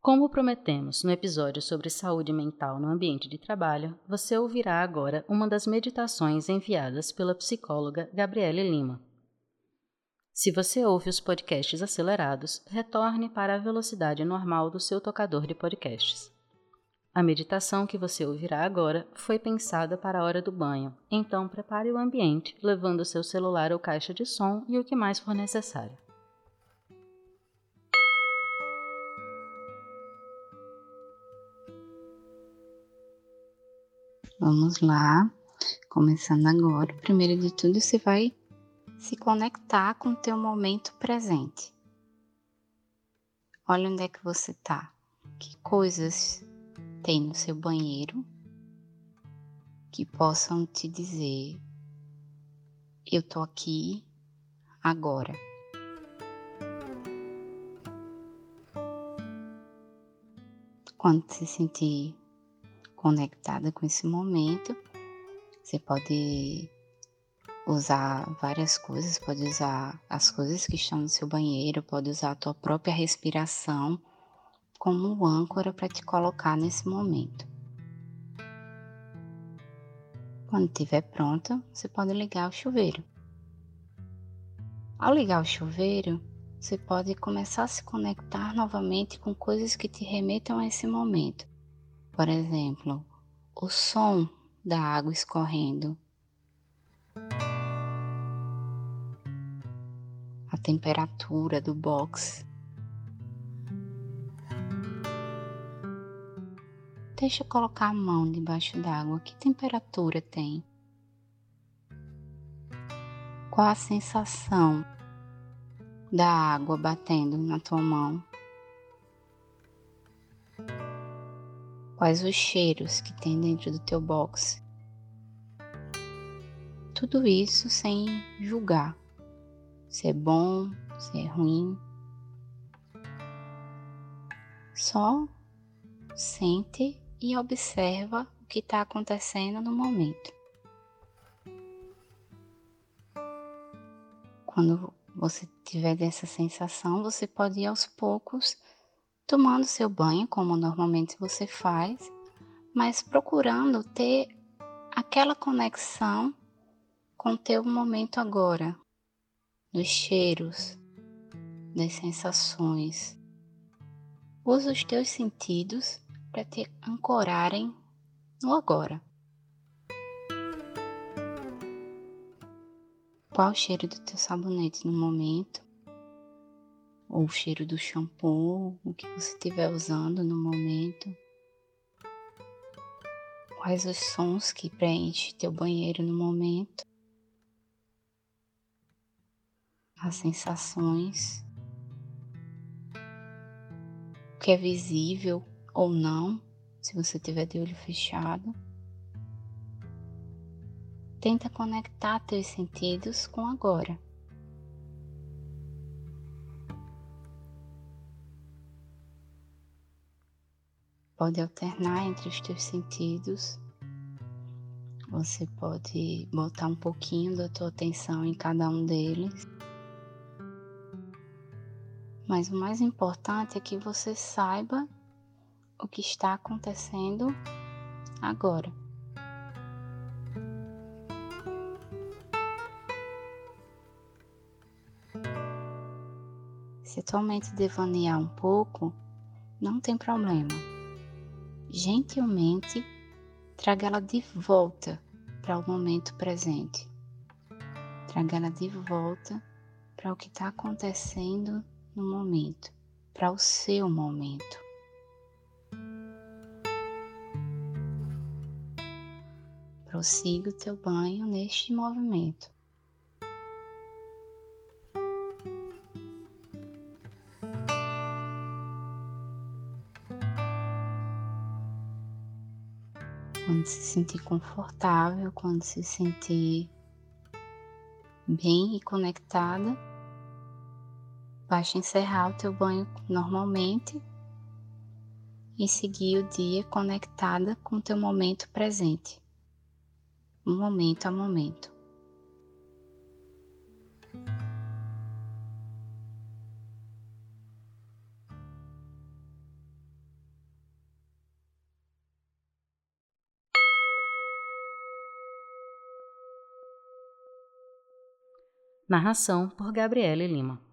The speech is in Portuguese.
Como prometemos no episódio sobre saúde mental no ambiente de trabalho, você ouvirá agora uma das meditações enviadas pela psicóloga Gabriele Lima. Se você ouve os podcasts acelerados, retorne para a velocidade normal do seu tocador de podcasts. A meditação que você ouvirá agora foi pensada para a hora do banho, então prepare o ambiente, levando seu celular ou caixa de som e o que mais for necessário. Vamos lá, começando agora. Primeiro de tudo, você vai se conectar com o teu momento presente. Olha onde é que você está. Que coisas tem no seu banheiro que possam te dizer: eu tô aqui agora. Quando se sentir conectada com esse momento, você pode usar várias coisas, pode usar as coisas que estão no seu banheiro, pode usar a tua própria respiração como âncora para te colocar nesse momento. Quando estiver pronta, você pode ligar o chuveiro. Ao ligar o chuveiro, você pode começar a se conectar novamente com coisas que te remetam a esse momento. Por exemplo, o som da água escorrendo, a temperatura do box. Deixa eu colocar a mão debaixo d'água. Que temperatura tem? Qual a sensação da água batendo na tua mão? Quais os cheiros que tem dentro do teu box? Tudo isso sem julgar se é bom, se é ruim. Só sente e observa o que está acontecendo no momento. Quando você tiver dessa sensação, você pode ir aos poucos tomando seu banho, como normalmente você faz, mas procurando ter aquela conexão com o teu momento agora, dos cheiros, das sensações. Usa os teus sentidos para te ancorarem no agora. Qual o cheiro do teu sabonete no momento? Ou o cheiro do shampoo, o que você estiver usando no momento? Quais os sons que preenchem teu banheiro no momento? As sensações, o que é visível ou não, se você tiver de olho fechado. Tenta conectar teus sentidos com agora. Pode alternar entre os teus sentidos. Você pode botar um pouquinho da tua atenção em cada um deles. Mas o mais importante é que você saiba o que está acontecendo agora. Se a tua mente devanear um pouco, não tem problema. Gentilmente, traga ela de volta para o momento presente. Traga ela de volta para o que está acontecendo no momento, para o seu momento. Prossiga o teu banho neste movimento. Quando se sentir confortável, quando se sentir bem e conectada, basta encerrar o teu banho normalmente e seguir o dia conectada com o teu momento presente, momento a momento. Narração por Gabriele Lima.